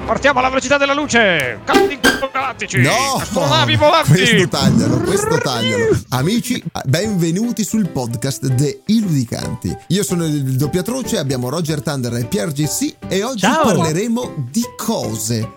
Partiamo alla velocità della luce. Caldi galattici. No, astronavi volanti. Questo taglialo. Amici, benvenuti sul podcast de I Ludicanti. Io sono il doppiatroce, abbiamo Roger Thunder e Pier GC e oggi parleremo di cose.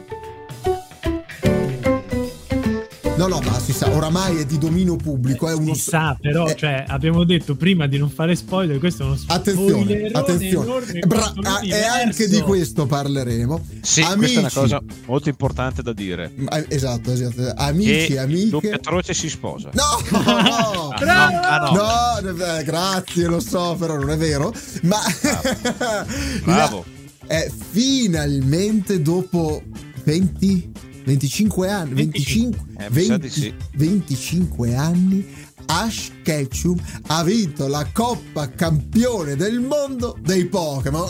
No, ma si sa, oramai è di dominio pubblico. È uno... Si sa, però, cioè, abbiamo detto prima di non fare spoiler, questo è uno spoiler. Attenzione. E anche di questo parleremo. Sì, amici, questa è una cosa molto importante da dire. Esatto. Amici, amiche. Il doppiatroce si sposa. No! No, grazie, lo so, però non è vero. Ma Bravo. Finalmente dopo 25 anni 25 anni Ash Ketchum ha vinto la Coppa Campione del Mondo dei Pokémon.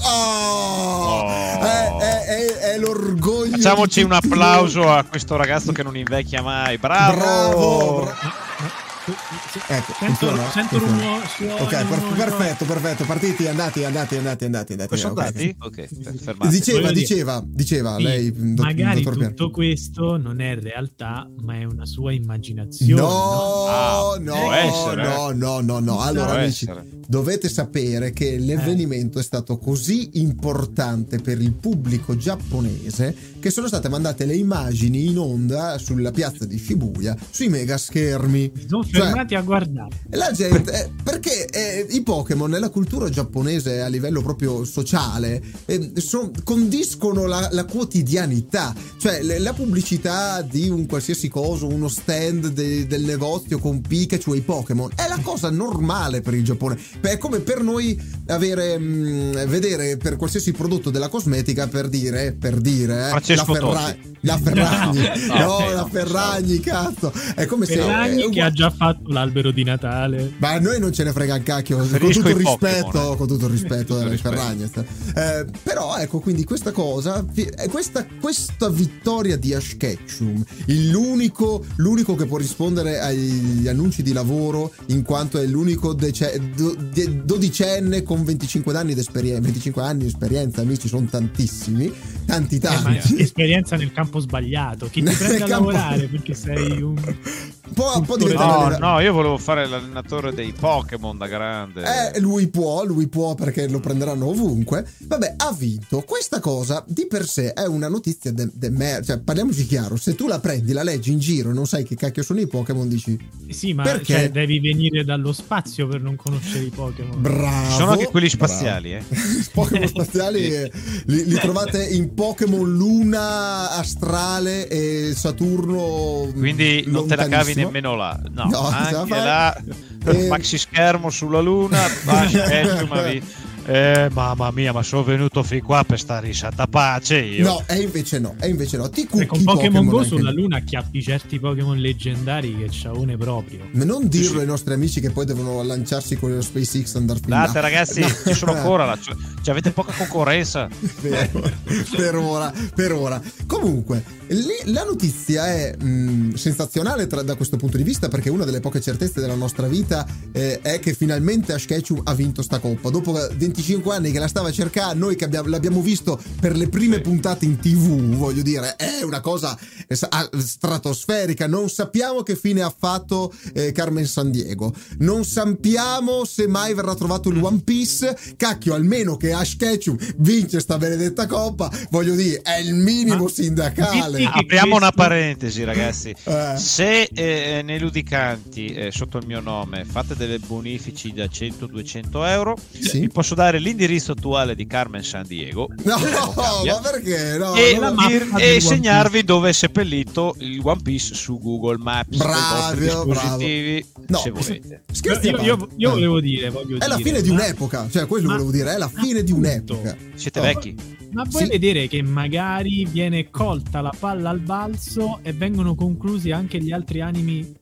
È l'orgoglio. Facciamoci un applauso a questo ragazzo che non invecchia mai. Bravo. Ecco, sento rumore. Ok, perfetto, partiti, andati. Sono andati? Ok, fermate. Diceva sì, lei, magari dottor tutto Pier. questo non è realtà, ma è una sua immaginazione. No. Allora, amici, essere. dovete sapere che l'avvenimento è stato così importante per il pubblico giapponese che sono state mandate le immagini in onda sulla piazza di Shibuya sui mega schermi. Sono fermati a guardare. La gente, perché i Pokémon nella cultura giapponese a livello proprio sociale condiscono la quotidianità, cioè la pubblicità di un qualsiasi coso, uno stand del negozio con Pikachu e i Pokémon è la cosa normale per il Giappone. È come per noi vedere per qualsiasi prodotto della cosmetica per dire la Ferragni. La Ferragni, cazzo. È come Ferragni se che ha già fatto l'albero di Natale. Ma a noi non ce ne frega un cacchio, con tutto il rispetto delle Ferragni. Però ecco, quindi questa cosa, questa vittoria di Ash Ketchum, l'unico che può rispondere agli annunci di lavoro, in quanto è l'unico dodicenne con 25 anni di esperienza, amici, sono tantissimi. Tanti. Ma esperienza nel campo sbagliato. Chi ti prende a lavorare perché sei un po' No, io volevo fare l'allenatore dei Pokémon da grande. Lui può perché lo prenderanno ovunque. Vabbè, ha vinto. Questa cosa di per sé è una notizia cioè, parliamoci chiaro, se tu la prendi, la leggi in giro e non sai che cacchio sono i Pokémon, dici sì, ma perché? Cioè, devi venire dallo spazio per non conoscere i Pokémon. Bravo. Ci sono anche quelli spaziali, Pokémon spaziali li trovate in Pokémon Luna, Astrale e Saturno. Quindi non te la cavi nemmeno là. No, anche là maxi schermo sulla Luna. Mamma mia, ma sono venuto fin qua per stare in santa pace io. No, e invece no. Ti cucchi con Pokémon Go sulla lì. Luna acchiappi certi Pokémon leggendari che ciaone proprio. Ma non dirlo ai nostri amici che poi devono lanciarsi con lo SpaceX andare fin là. Date ragazzi, ci sono ancora ci avete poca concorrenza. per ora. Comunque, la notizia è sensazionale da questo punto di vista, perché una delle poche certezze della nostra vita è che finalmente Ash Ketchum ha vinto sta coppa. Dopo 25 anni che la stava cercando, noi che l'abbiamo visto per le prime puntate in TV, voglio dire, è una cosa stratosferica. Non sappiamo che fine ha fatto Carmen Sandiego, non sappiamo se mai verrà trovato il One Piece. Cacchio, almeno che Ash Ketchum vince sta benedetta coppa, voglio dire, è il minimo sindacale. Apriamo una parentesi, ragazzi. Se nei Ludicanti sotto il mio nome fate delle bonifici da 100-200 euro, sì, vi posso dare l'indirizzo attuale di Carmen Sandiego. No, ma perché? No, e segnarvi dove è seppellito il One Piece su Google Maps. Bravo. No, se volete. Io volevo dire, è la fine di un'epoca, cioè quello volevo dire, è la fine di un'epoca. Siete vecchi? Ma vuoi vedere che magari viene colta la palla al balzo e vengono conclusi anche gli altri anime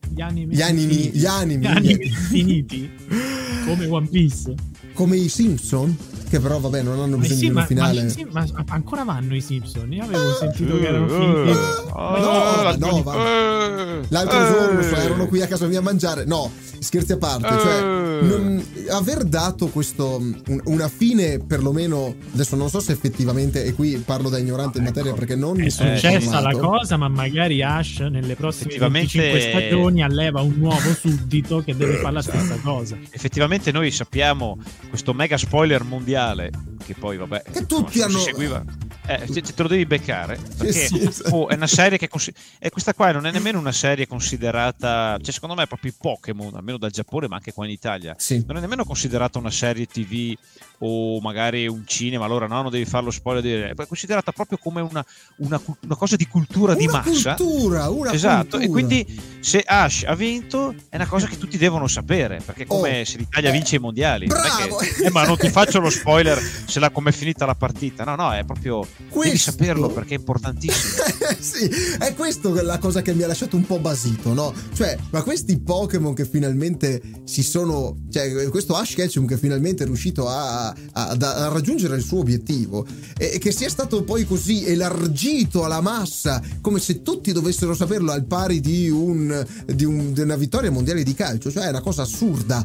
Gli animi infiniti come One Piece, come i Simpson? che però vabbè non hanno bisogno di un finale. Ma ancora vanno i Simpson? Io avevo sentito che erano finiti. L'altro giorno erano qui a casa mia a mangiare. No, scherzi a parte, cioè aver dato questo una fine perlomeno, adesso non so se effettivamente, e qui parlo da ignorante in materia perché non mi sono successa la cosa, ma magari Ash nelle prossime 25 stagioni alleva un nuovo suddito che deve fare la stessa cosa. Effettivamente noi sappiamo questo mega spoiler mondiale che poi vabbè che tutti hanno seguiva, te lo devi beccare perché è una serie che questa qua non è nemmeno una serie considerata, cioè secondo me proprio i Pokémon, almeno dal Giappone ma anche qua in Italia, non è nemmeno considerata una serie TV o magari un cinema, allora no, non devi fare lo spoiler, è considerata proprio come una cosa di cultura di massa. Esatto, e quindi se Ash ha vinto è una cosa che tutti devono sapere, perché come se l'Italia vince i mondiali, ma non ti faccio lo spoiler se come è finita la partita, no, è proprio devi saperlo perché è importantissimo. Sì, è questo la cosa che mi ha lasciato un po' basito, no? Cioè, ma questi Pokémon che finalmente cioè questo Ash Ketchum che finalmente è riuscito a raggiungere il suo obiettivo e che sia stato poi così elargito alla massa, come se tutti dovessero saperlo, al pari di una vittoria mondiale di calcio, cioè è una cosa assurda.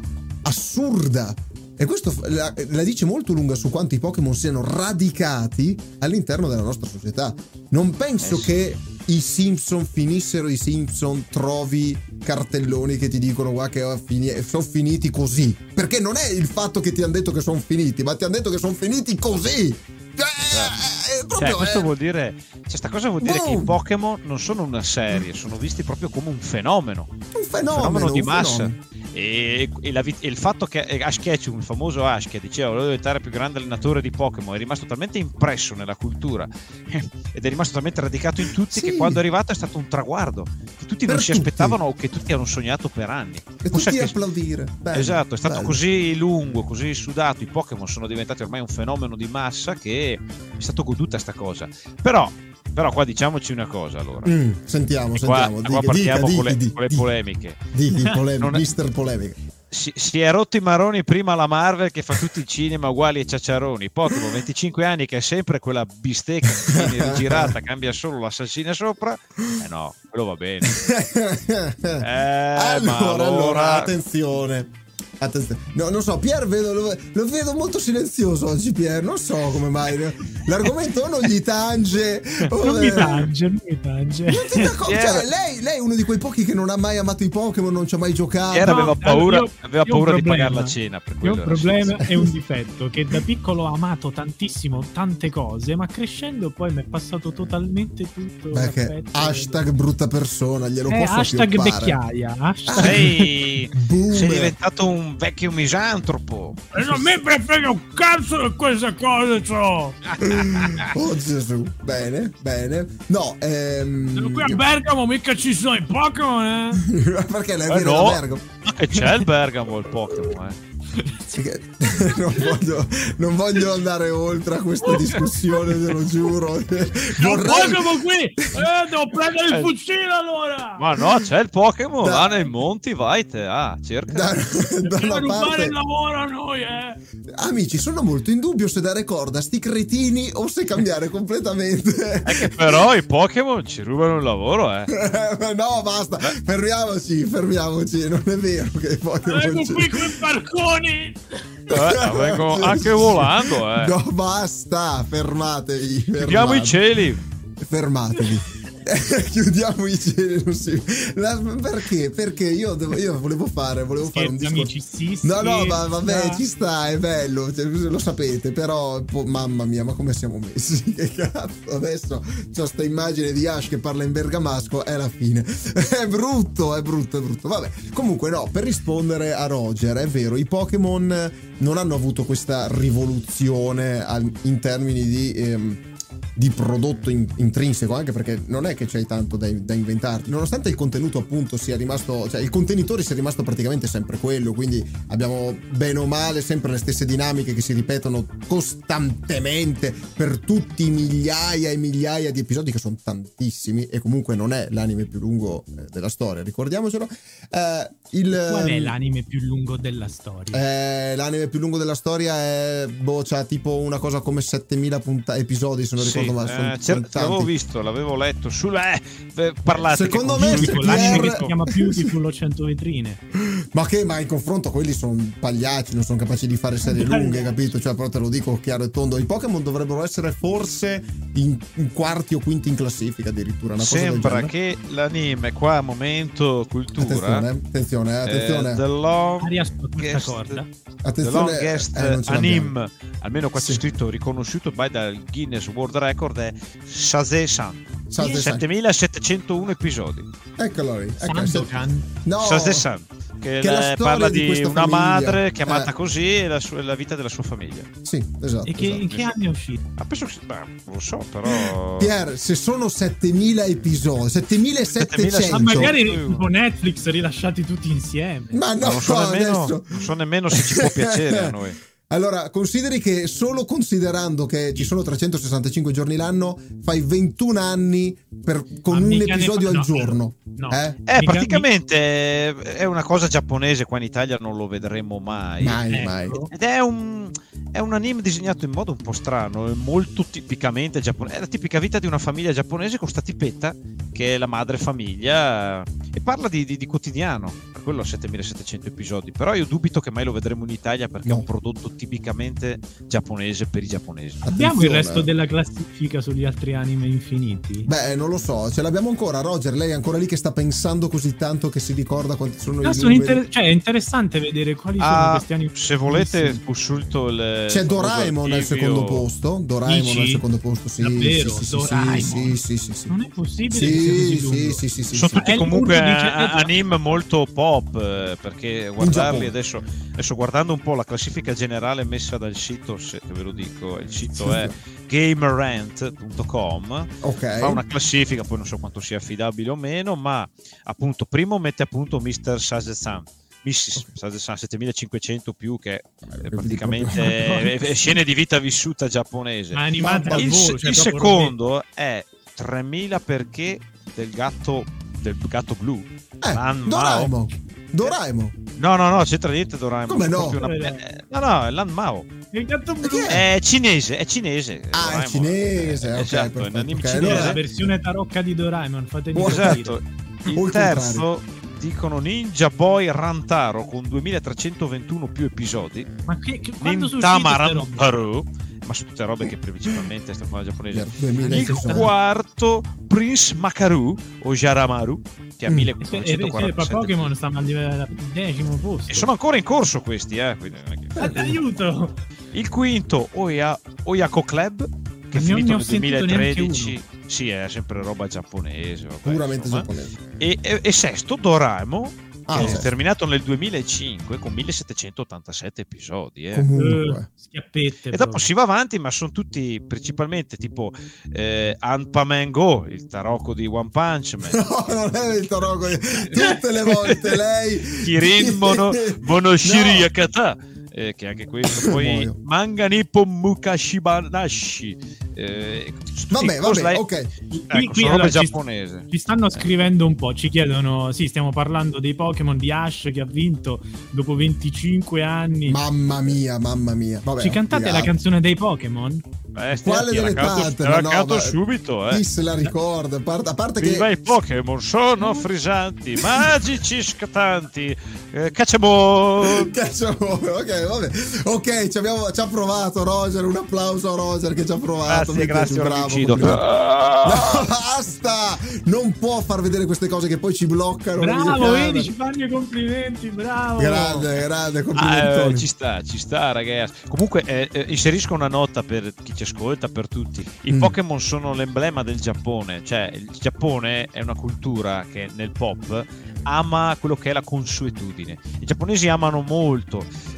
E questo la dice molto lunga su quanto i Pokémon siano radicati all'interno della nostra società. Non penso che i Simpson finissero i Simpson, trovi cartelloni che ti dicono guarda che sono finiti così, perché non è il fatto che ti hanno detto che sono finiti, ma ti hanno detto che sono finiti così. Questo vuol dire, questa cosa vuol dire che i Pokémon non sono una serie, sono visti proprio come un fenomeno di massa. E il fatto che Ash Ketchum, il famoso Ash che diceva volevo diventare più grande allenatore di Pokémon, è rimasto talmente impresso nella cultura ed è rimasto talmente radicato in tutti che quando è arrivato è stato un traguardo che tutti non si aspettavano o che tutti hanno sognato per anni e tutti applaudire. Bello, esatto, è stato così lungo, così sudato, i Pokémon sono diventati ormai un fenomeno di massa che è stato goduta sta cosa. Però qua diciamoci una cosa, allora. Sentiamo. Qua partiamo con le polemiche. Mister Polemica. Si è rotto i maroni prima la Marvel che fa tutti i cinema uguali ai ciacciaroni. Pokémon 25 anni che è sempre quella bistecca che viene rigirata, cambia solo la salsina sopra. No, quello va bene. Allora, attenzione. No, non so, Pier lo vedo molto silenzioso oggi, Pier, non so come mai l'argomento o non gli tange non mi tange cioè, lei è uno di quei pochi che non ha mai amato i Pokémon, non ci ha mai giocato. Pier aveva paura di pagare la cena per quello. Il problema è un difetto che da piccolo ho amato tantissimo tante cose, ma crescendo poi mi è passato totalmente tutto. Perché hashtag brutta persona, glielo posso hashtag vecchiaia, sei diventato un vecchio misantropo e non mi frega un cazzo di queste cose oh Gesù, bene no, qui a Bergamo mica ci sono i Pokémon perché lei viene da Bergamo? E c'è il Bergamo il Pokémon non voglio andare oltre a questa discussione, te lo giuro. Pokémon qui devo prendere il fucile allora. Ma no, c'è il Pokémon là nei monti, vai te cerca da una parte il lavoro a noi amici, sono molto in dubbio se dare corda a sti cretini o se cambiare completamente. È che però i Pokémon ci rubano il lavoro no basta, fermiamoci, non è vero che i Pokémon qui quei barconi vengono anche volando no basta, fermatevi. Chiudiamo i cieli, fermatevi. Chiudiamo i cieli, perché io volevo fare un discorso. No, ma vabbè, ci sta, è bello, lo sapete, però mamma mia, ma come siamo messi? Che cazzo, adesso c'ho sta immagine di Ash che parla in bergamasco, è la fine. È brutto. Vabbè, comunque no, per rispondere a Roger, è vero, i Pokémon non hanno avuto questa rivoluzione in termini di di prodotto intrinseco, anche perché non è che c'hai tanto da inventarti, nonostante il contenuto appunto sia rimasto, cioè il contenitore sia rimasto praticamente sempre quello, quindi abbiamo bene o male sempre le stesse dinamiche che si ripetono costantemente per tutti i migliaia e migliaia di episodi, che sono tantissimi, e comunque non è l'anime più lungo della storia, ricordiamocelo. Qual è l'anime più lungo della storia? L'anime più lungo della storia è c'ha tipo una cosa come 7000 episodi, se non ricordo male. L'avevo visto, l'avevo letto parlate. Secondo me l'anime che si chiama Beautiful 100 vetrine. Ma in confronto a quelli sono pagliacci, non sono capaci di fare serie lunghe, capito? Cioè, però te lo dico chiaro e tondo, i Pokémon dovrebbero essere forse in quarti o quinti in classifica addirittura, una cosa sembra del che l'anime qua, momento cultura, attenzione The longest anime, almeno qua c'è scritto, riconosciuto dal Guinness World Record, è Saze-san, 7701 episodi. Eccolo lì, Saze-san, che parla di una madre chiamata così e la vita della sua famiglia. Sì, esatto. E in che anni è uscito? Penso che, non lo so, però Pier, se sono 7000 episodi, 7700, ma magari tipo Netflix rilasciati tutti insieme. Ma no, non so nemmeno se ci può piacere a noi. Allora, consideri che solo considerando che ci sono 365 giorni l'anno, fai 21 anni con un episodio al giorno. No. Praticamente è una cosa giapponese, qua in Italia non lo vedremo mai. Mai. Ed è un anime disegnato in modo un po' strano, molto tipicamente giapponese. È la tipica vita di una famiglia giapponese con sta tipetta che è la madre famiglia, e parla di quotidiano. Per quello ha 7700 episodi. Però io dubito che mai lo vedremo in Italia, perché è un prodotto tipicamente giapponese per i giapponesi. Abbiamo il resto della classifica sugli altri anime infiniti? Beh, non lo so, ce l'abbiamo ancora. Roger, lei è ancora lì che sta pensando così tanto che si ricorda quanti sono i numeri. Cioè, è interessante vedere quali sono questi anime. Se volete consulto c'è Doraemon al secondo posto. Sì. Davvero? Sì. Non è possibile. Sì. Sono tutti comunque anime molto pop, perché guardarli adesso guardando un po' la classifica generale messa dal sito, se ve lo dico, il sito è gamerant.com, fa una classifica, poi non so quanto sia affidabile o meno, ma appunto primo mette appunto Mr. Saze-san, Mrs. Saze-san 7500 più, che è praticamente scene di vita vissuta giapponese. Il secondo è 3000 perché del gatto blu, Doraemon. No, c'entra niente Doraemon. Come no? No, è Lan Mao. Il gatto blu è cinese. È cinese, esatto, è un anime cinese. Allora, la versione tarocca di Doraemon, fatemi esatto. Il terzo dicono Ninja Boy Rantaro con 2321 più episodi. Ma quando Nintama Rantaro, ma sono tutte robe che principalmente stanno parlando giapponese. 2060. Il quarto Prince Makaru o Jaramaru, che ha 1447. Pokémon stanno al 10° posto. E sono ancora in corso questi, quindi aiuto. Il quinto Oyako Club, che è finito nel 2013. Sì, è sempre roba giapponese, puramente giapponese. E sesto Doraemon, che è terminato nel 2005 con 1787 episodi. Schiappette. E dopo si va avanti, ma sono tutti principalmente tipo Anpaman Go, il tarocco di One Punch Man. No, non è il tarocco, tutte le volte lei Kirin Monoshiri Yakata, che anche questo. Poi Manga Nippon Mukashibanashi, vabbè, ok. Qui allora, giapponese. Ci stanno scrivendo un po', ci chiedono, stiamo parlando dei Pokémon di Ash che ha vinto dopo 25 anni. Mamma mia. Vabbè, ci cantate la canzone dei Pokémon? Quale delle tante? La subito, Chi se la ricorda? A parte Viva i Pokémon, sono frisanti, magici, scattanti, cacciamon. Ok, vabbè. Ok, ci ha provato Roger, un applauso a Roger che ci ha provato. Grazie, bravo. No, basta! Non può far vedere queste cose che poi ci bloccano. Bravo, vedi, ci fanno i complimenti, bravo. Grande, complimentoni. Ci sta, ragazzi. Comunque inserisco una nota per chi ci ascolta, per tutti. I Pokémon sono l'emblema del Giappone, cioè il Giappone è una cultura che nel pop ama quello che è la consuetudine. I giapponesi amano molto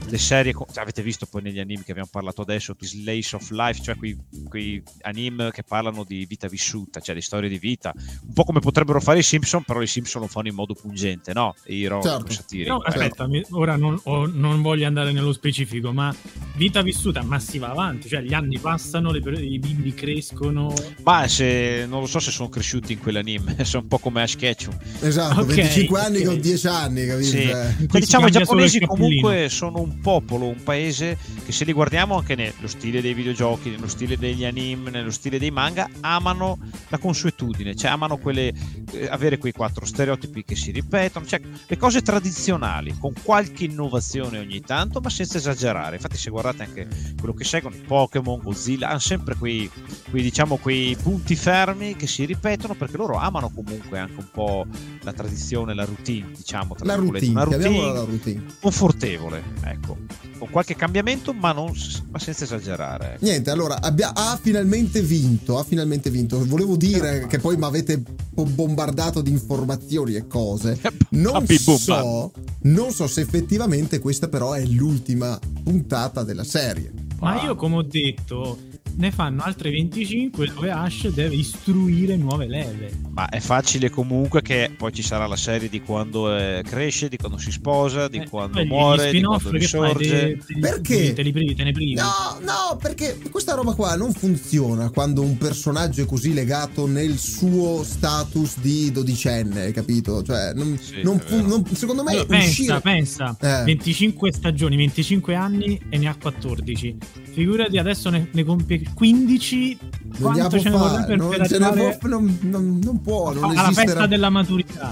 le serie, avete visto poi negli anime che abbiamo parlato adesso, Slice of Life, cioè quei anime che parlano di vita vissuta, cioè di storie di vita, un po' come potrebbero fare i Simpson, però i Simpson lo fanno in modo pungente, no? Satirico. No, aspetta, ora non voglio andare nello specifico, ma vita vissuta, ma si va avanti, cioè gli anni passano, i bimbi crescono. Ma non lo so se sono cresciuti in quell'anime, sono un po' come Ash Ketchum. Esatto, okay, 25 anni con 10 anni, capito? Sì. Diciamo i giapponesi comunque sono un popolo, un paese che, se li guardiamo anche nello stile dei videogiochi, nello stile degli anime, nello stile dei manga, amano la consuetudine, cioè amano avere quei 4 stereotipi che si ripetono, cioè le cose tradizionali con qualche innovazione ogni tanto, ma senza esagerare. Infatti se guardate anche quello che seguono, Pokémon, Godzilla, hanno sempre quei punti fermi che si ripetono, perché loro amano comunque anche un po' la tradizione, la routine, diciamo, la routine confortevole, ecco, con qualche cambiamento, ma senza esagerare. Niente, allora ha finalmente vinto. Volevo dire che poi mi avete bombardato di informazioni e cose. Non so se effettivamente questa però è l'ultima puntata della serie. Ma io, come ho detto, ne fanno altre 25 dove Ash deve istruire nuove leve. Ma è facile comunque che poi ci sarà la serie di quando cresce, di quando si sposa, di quando muore, di quando risorge. Perché? Te ne privi? No, perché questa roba qua non funziona quando un personaggio è così legato nel suo status di dodicenne, capito? Cioè, secondo me allora, pensa 25 stagioni, 25 anni e ne ha 14. Figurati, adesso ne compie 15. Quanto ce ne vorrebbe non può, non alla festa della maturità.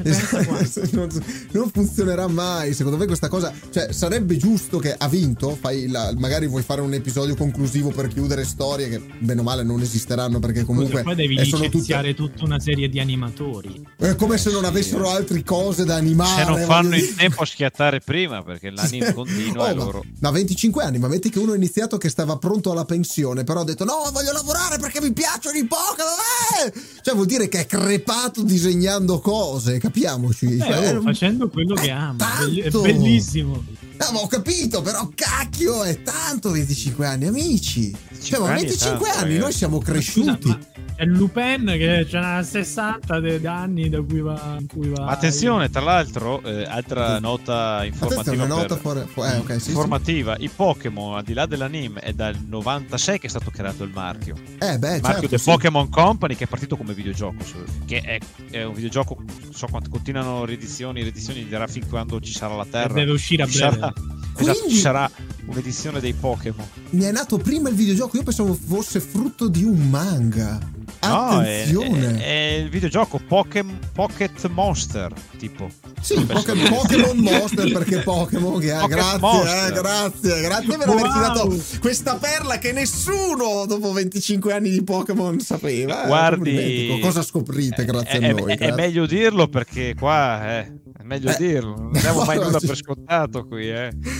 Non funzionerà mai. Secondo me questa cosa, cioè, sarebbe giusto che ha vinto, magari vuoi fare un episodio conclusivo per chiudere storie che bene o male non esisteranno, perché comunque poi devi licenziare tutta una serie di animatori. È come se non avessero altre cose da animare. Se non fanno in tempo a schiattare prima, perché l'anime continua loro. Ma 25 anni, ma metti che uno ha iniziato che stava pronto alla pensione, però ha detto no, voglio lavorare perché mi piacciono i Pokémon. Cioè vuol dire che è crepato disegnando cose, capiamoci. Facendo quello che ama. È bellissimo. No, ma ho capito, però cacchio, è tanto 25 anni, amici. Cioè, ma 25 anni noi siamo cresciuti. Scusa, è Lupin che c'ha 60 anni da cui va. Attenzione, tra l'altro, altra nota informativa. Informativa. I Pokémon, al di là dell'anime, è dal 96 che è stato creato il marchio. Il marchio del Pokémon Company, che è partito come videogioco. Che è un videogioco, non so quanto continuano riedizioni dirà fin quando ci sarà la Terra. Deve uscire a breve. Esatto, ci sarà un'edizione dei Pokémon. Mi è nato prima il videogioco, io pensavo fosse frutto di un manga. Attenzione, no, è il videogioco Pocket Monster, tipo. Sì, Pokémon Monster, perché Pokémon che grazie per averci dato questa perla che nessuno dopo 25 anni di Pokémon sapeva. Guardi, cosa scoprite grazie a noi. È meglio dirlo, perché qua è meglio dirlo, non diamo mai nulla per scontato qui,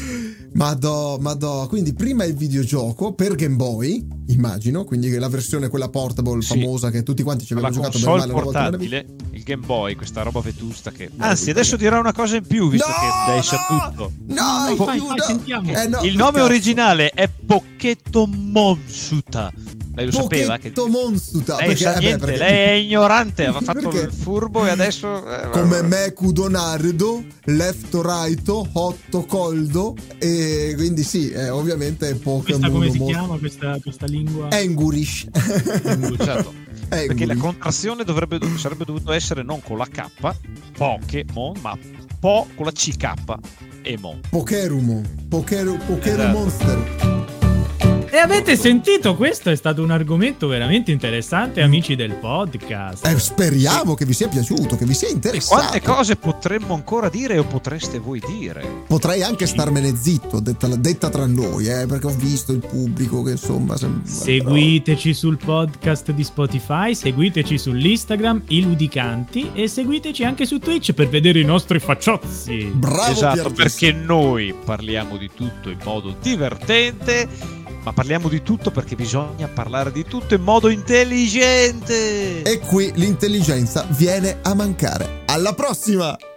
Madò, quindi prima il videogioco per Game Boy, immagino, quindi la versione quella portable famosa che tutti quanti ci abbiamo giocato per male una volta nella vita. Il Game Boy, questa roba vetusta che anzi adesso dirò una cosa in più, visto che hai saputo. Sentiamo. Il nome originale è Pocchetto Monsuta. Lei lo sapeva che Monsuta. Lei sa niente, perché... lei è ignorante, aveva fatto il furbo e adesso come me Cudonardo, left right, hotto coldo, e quindi sì, ovviamente Pokémon. Questa come si chiama questa lingua? Engurish. Esatto. Perché la contrazione sarebbe dovuto essere non con la K, Pokémon, ma Po con la CK e Mon. Pokémon Esatto. Monster. E avete sentito? Questo è stato un argomento veramente interessante, amici del podcast. Speriamo che vi sia piaciuto, che vi sia interessato. Quante cose potremmo ancora dire o potreste voi dire? Potrei anche starmene zitto, detta tra noi, perché ho visto il pubblico che insomma seguiteci sul podcast di Spotify, seguiteci sull'Instagram I Ludicanti e seguiteci anche su Twitch per vedere i nostri facciozzi. Bravo, esatto, perché noi parliamo di tutto in modo divertente, ma parliamo di tutto perché bisogna parlare di tutto in modo intelligente. E qui l'intelligenza viene a mancare. Alla prossima!